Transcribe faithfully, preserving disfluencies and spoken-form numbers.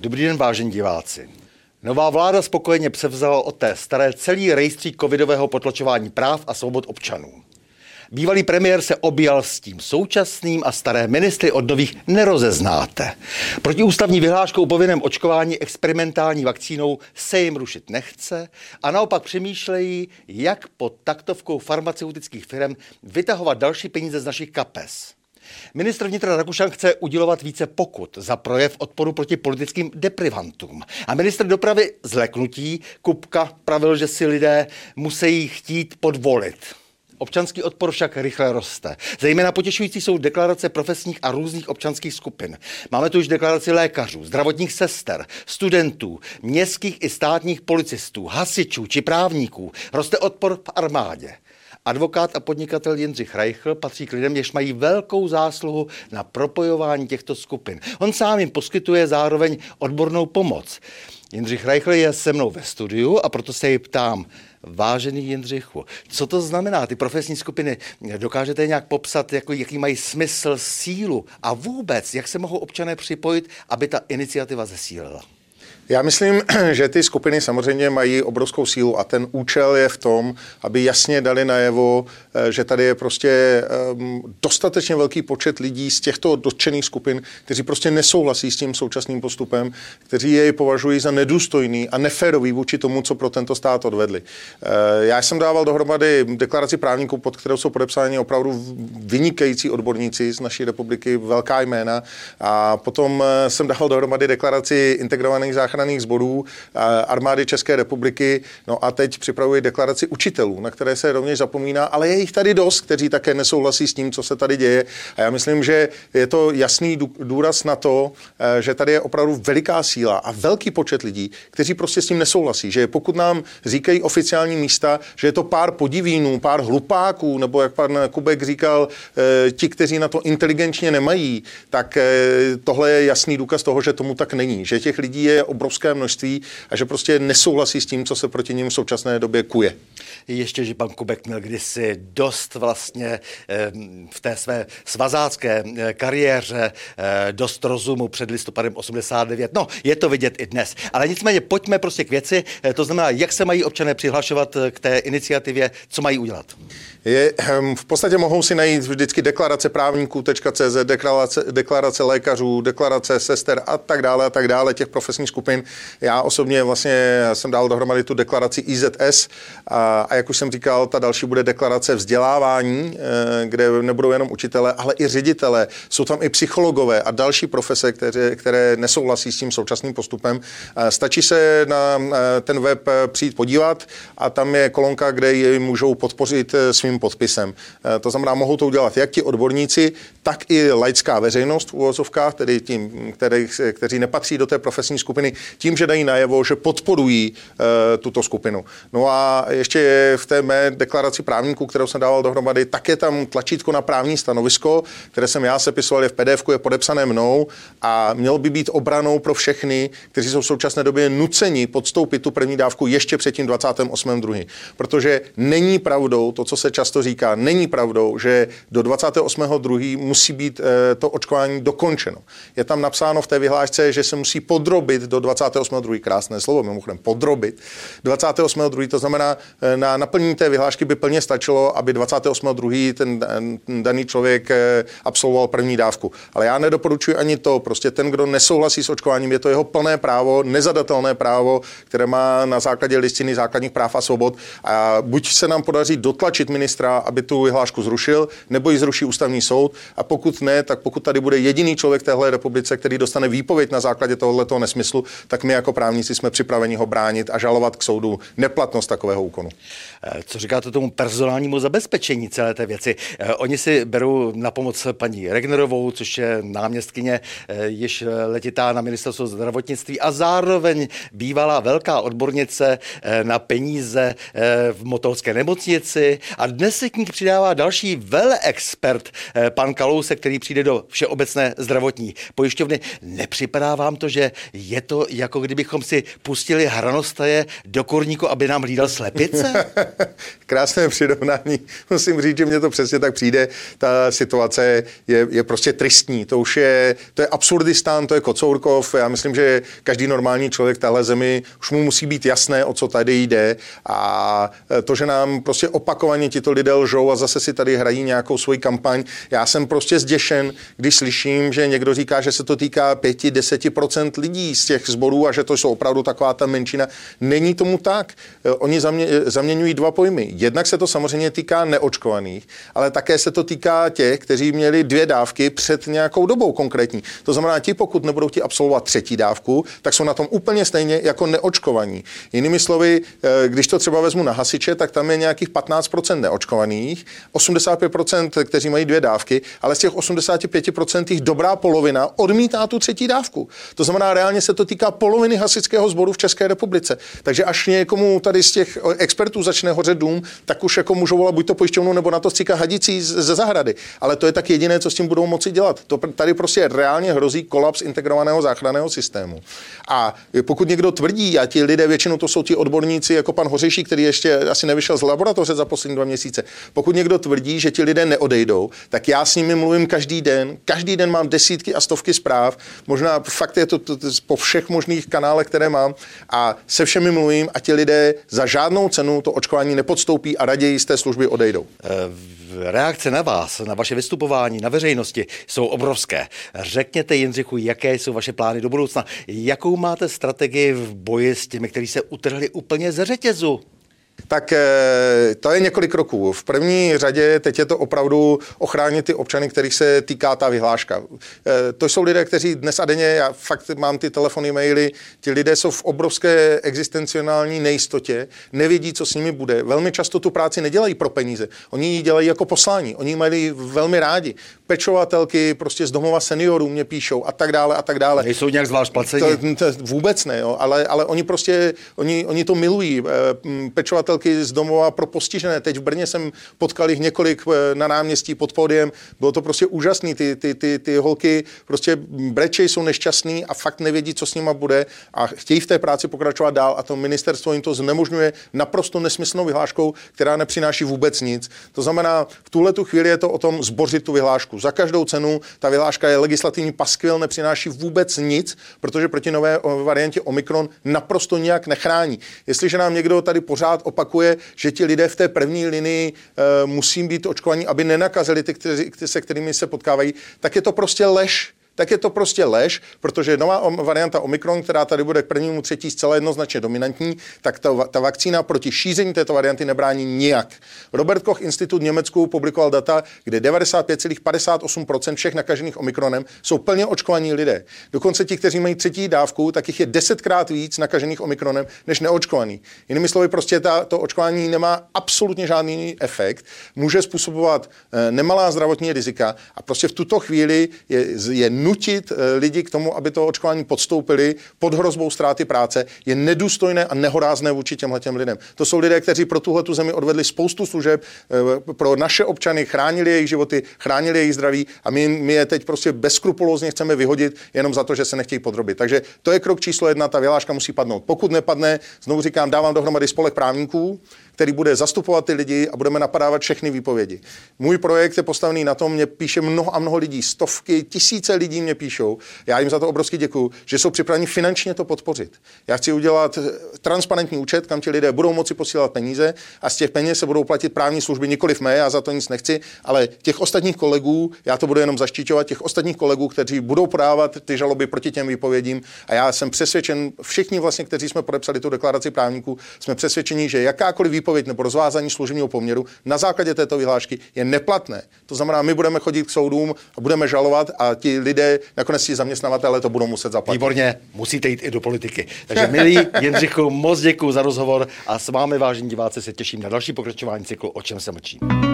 Dobrý den, vážení diváci. Nová vláda spokojeně převzala od té staré celý rejstřík covidového potlačování práv a svobod občanů. Bývalý premiér se objal s tím současným a staré ministry od nových nerozeznáte. Protiústavní vyhláškou o povinném očkování experimentální vakcínou se jim rušit nechce a naopak přemýšlejí, jak pod taktovkou farmaceutických firm vytahovat další peníze z našich kapes. Ministr vnitra Rakušan chce udělovat více pokut za projev odporu proti politickým deprivantům. A ministr dopravy zleknutí Kupka pravil, že si lidé musí chtít podvolit. Občanský odpor však rychle roste. Zejména potěšující jsou deklarace profesních a různých občanských skupin. Máme tu už deklaraci lékařů, zdravotních sester, studentů, městských i státních policistů, hasičů či právníků. Roste odpor v armádě. Advokát a podnikatel Jindřich Reichl patří k lidem, jež mají velkou zásluhu na propojování těchto skupin. On sám jim poskytuje zároveň odbornou pomoc. Jindřich Reichl je se mnou ve studiu a proto se jej ptám, vážený Jindřichu, co to znamená, ty profesní skupiny? Dokážete nějak popsat, jako, jaký mají smysl, sílu a vůbec, jak se mohou občané připojit, aby ta iniciativa zesílila? Já myslím, že ty skupiny samozřejmě mají obrovskou sílu a ten účel je v tom, aby jasně dali najevo, že tady je prostě dostatečně velký počet lidí z těchto dotčených skupin, kteří prostě nesouhlasí s tím současným postupem, kteří jej považují za nedůstojný a neférový vůči tomu, co pro tento stát odvedli. Já jsem dával dohromady deklaraci právníků, pod kterou jsou podepsáni opravdu vynikající odborníci z naší republiky, velká jména, a potom jsem dával dohromady deklaraci integrovaných záchranných sborů armády České republiky. No a teď připravuji deklaraci učitelů, na které se rovněž zapomíná, ale je jich tady dost, kteří také nesouhlasí s tím, co se tady děje. A já myslím, že je to jasný důraz na to, že tady je opravdu veliká síla a velký počet lidí, kteří prostě s tím nesouhlasí. Že pokud nám říkají oficiální místa, že je to pár podivínů, pár hlupáků, nebo jak pan Kubek říkal, ti, kteří na to inteligenčně nemají, tak tohle je jasný důkaz toho, že tomu tak není. Že těch lidí je obrovské množství a že prostě nesouhlasí s tím, co se proti nim v současné době kuje. Ještě, že pan Kubek měl kdysi dost vlastně v té své svazácké kariéře dost rozumu před listopadem osmdesát devět. No, je to vidět i dnes. Ale nicméně pojďme prostě k věci. To znamená, jak se mají občané přihlašovat k té iniciativě, co mají udělat? Je, v podstatě mohou si najít vždycky deklarace právníků tečka cé zet, deklarace, deklarace lékařů, deklarace sester a tak dále a tak dále, těch profesních skupin. Já osobně vlastně jsem dal dohromady tu deklaraci í zet es a, a jak už jsem říkal, ta další bude deklarace vzdělávání, kde nebudou jenom učitelé, ale i ředitelé. Jsou tam i psychologové a další profese, které, které nesouhlasí s tím současným postupem. Stačí se na ten web přijít podívat a tam je kolonka, kde ji můžou podpořit svým podpisem. To znamená, mohou to udělat jak ti odborníci, tak i laická veřejnost v uvozovkách, tedy tím, který, kteří nepatří do té profesní skupiny, tím, že dají najevo, že podporují uh, tuto skupinu. No a ještě je v té mé deklaraci právníků, kterou jsem dával dohromady, tak je tam tlačítko na právní stanovisko, které jsem já sepisoval, je v pé dé efku, je podepsané mnou a mělo by být obranou pro všechny, kteří jsou v současné době nuceni podstoupit tu první dávku ještě před tím dvacátým osmým druhým Protože není pravdou to, co se často říká, není pravdou, že do dvacátého osmého druhého musí být e, to očkování dokončeno. Je tam napsáno v té vyhlášce, že se musí podrobit do dvacátého osmého druhého Krásné slovo, mimochodem podrobit. dvacátého osmého druhého To znamená, e, na naplnění té vyhlášky by plně stačilo, aby dvacátého osmého druhého ten, ten daný člověk e, absolvoval první dávku. Ale já nedoporučuji ani to. Prostě ten, kdo nesouhlasí s očkováním, je to jeho plné právo, nezadatelné právo, které má na základě listiny základních práv a svobod. A buď se nám podaří dotlačit ministra, aby tu vyhlášku zrušil, nebo ji zruší ústavní soud. A pokud ne, tak pokud tady bude jediný člověk v téhle republice, který dostane výpověď na základě tohoto nesmyslu, tak my jako právníci jsme připraveni ho bránit a žalovat k soudu neplatnost takového úkonu. Co říkáte tomu personálnímu zabezpečení celé té věci? Oni si berou na pomoc paní Regnerovou, což je náměstkyně již letitá na ministerstvo zdravotnictví a zároveň bývalá velká odbornice na peníze v motolské nemocnici a dnes se k ní přidává další veleexpert, pan Kalousek, který přijde do Všeobecné zdravotní pojišťovny. Nepřipadá vám to, že je to jako kdybychom si pustili hranostaje do kurníku, aby nám hlídal slepice? Krásné přirovnání. Musím říct, že mně to přesně tak přijde. Ta situace je, je prostě tristní. To už je, to je absurdistán, to je Kocourkov. Já myslím, že každý normální člověk v téhle zemi už mu musí být jasné, o co tady jde. A to, že nám prostě opakovaně tito lidé lžou a zase si tady hrají nějakou svoji kampaň. Já jsem prostě zděšen, když slyším, že někdo říká, že se to týká pět až deset procent lidí z těch sborů a že to jsou opravdu taková ta menšina. Není tomu tak. Oni zamě, zaměňují dva pojmy. Jednak se to samozřejmě týká neočkovaných, ale také se to týká těch, kteří měli dvě dávky před nějakou dobou konkrétní. To znamená, ti, pokud nebudou chtít absolvovat třetí dávku, tak jsou na tom úplně stejně jako neočkovaní. Jinými slovy, když to třeba vezmu na hasiče, tak tam je nějakých patnáct procent neočkovaných, osmdesát pět procent, kteří mají dvě dávky, ale z těch osmdesát pět procent jich dobrá polovina odmítá tu třetí dávku. To znamená, reálně se to týká poloviny hasičského sboru v České republice. Takže až někomu tady z těch expertů začne hořet dům, tak už jako můžou volat buď to pojišťovnu, nebo na to stříka hadicí ze zahrady. Ale to je tak jediné, co s tím budou moci dělat. To tady prostě reálně hrozí kolaps integrovaného záchranného systému. A pokud někdo tvrdí, a ti lidé většinou to jsou ti odborníci, jako pan Hořejší, který ještě asi nevyšel z laboratoře za poslední dva měsíce. Pokud někdo tvrdí, že ti lidé neodejdou, tak já s nimi mluvím každý den. Každý den mám desítky a stovky zpráv. Možná fakt je to, to, to po všech možných kanálech, které mám, a se všemi mluvím a ti lidé za žádnou cenu to očkování nepodstoupí a raději z té služby odejdou. Reakce na vás, na vaše vystupování na veřejnosti jsou obrovské. Řekněte, Jindřichu, jaké jsou vaše plány do budoucna? Jakou máte strategii v boji s těmi, kteří se utrhli úplně ze řetězu? Tak to je několik kroků. V první řadě teď je to opravdu ochránit ty občany, kterých se týká ta vyhláška. To jsou lidé, kteří dnes a denně, já fakt mám ty telefony, maily, ti lidé jsou v obrovské existenciální nejistotě, nevědí, co s nimi bude. Velmi často tu práci nedělají pro peníze. Oni ji dělají jako poslání. Oni ji mají velmi rádi. Pečovatelky prostě z domova seniorů mě píšou a tak dále a tak dále. Nejsou nějak zvlášť placení? To, to vůbec ne, jo, ale, ale oni prostě, oni, oni to milují. Pečovatelky z domova pro postižené. Teď v Brně jsem potkal jich několik na náměstí pod pódiem. Bylo to prostě úžasný. Ty, ty, ty, ty holky prostě brečej, jsou nešťastný a fakt nevědí, co s nima bude a chtějí v té práci pokračovat dál a to ministerstvo jim to znemožňuje naprosto nesmyslnou vyhláškou, která nepřináší vůbec nic. To znamená, v tuhletu chvíli je to o tom zbořit tu vyhlášku. Za každou cenu ta vyhláška je legislativní paskvil, nepřináší vůbec nic, protože proti nové variantě Omikron naprosto nijak nechrání. Jestliže nám někdo tady pořád opakuje, že ti lidé v té první linii e, musí být očkovaní, aby nenakazili ty, kteří, se kterými se potkávají, tak je to prostě lež. Tak je to prostě lež, protože nová varianta Omikron, která tady bude k prvnímu třetí zcela jednoznačně dominantní, tak ta, ta vakcína proti šíření této varianty nebrání nijak. Robert Koch Institut v Německu publikoval data, kde devadesát pět celá padesát osm procent všech nakažených Omikronem jsou plně očkovaní lidé. Dokonce ti, kteří mají třetí dávku, tak jich je desetkrát víc nakažených Omikronem než neočkovaných. Jinými slovy, prostě ta, to očkování nemá absolutně žádný efekt, může způsobovat e, nemalá zdravotní rizika a prostě v tuto chvíli je, je nutit lidi k tomu, aby to očkování podstoupili pod hrozbou ztráty práce, je nedůstojné a nehorázné vůči těmhletěm lidem. To jsou lidé, kteří pro tuhletu zemi odvedli spoustu služeb, pro naše občany, chránili jejich životy, chránili jejich zdraví a my, my je teď prostě bezskrupulózně chceme vyhodit jenom za to, že se nechtějí podrobit. Takže to je krok číslo jedna, ta vyhláška musí padnout. Pokud nepadne, znovu říkám, dávám dohromady spolek právníků, který bude zastupovat ty lidi a budeme napadávat všechny výpovědi. Můj projekt je postavený na tom, mě píše mnoho a mnoho lidí, stovky, tisíce lidí mě píšou. Já jim za to obrovsky děkuju, že jsou připraveni finančně to podpořit. Já chci udělat transparentní účet, kam ti lidé budou moci posílat peníze a z těch peněz se budou platit právní služby, nikoliv mé, já za to nic nechci, ale těch ostatních kolegů, já to budu jenom zaštiťovat, těch ostatních kolegů, kteří budou podávat ty žaloby proti těm výpovědím a já jsem přesvědčen, všichni vlastně, kteří jsme podepsali tu deklaraci právníků, jsme přesvědčeni, že jakákoliv výpověď nebo rozvázání služebního poměru na základě této vyhlášky je neplatné. To znamená, my budeme chodit k soudům a budeme žalovat a ti lidé, nakonec ti zaměstnavatelé to budou muset zaplatit. Výborně, musíte jít i do politiky. Takže milí Jindřichu, moc děkuji za rozhovor a s vámi, vážení diváci, se těším na další pokračování cyklu O čem se mlčí.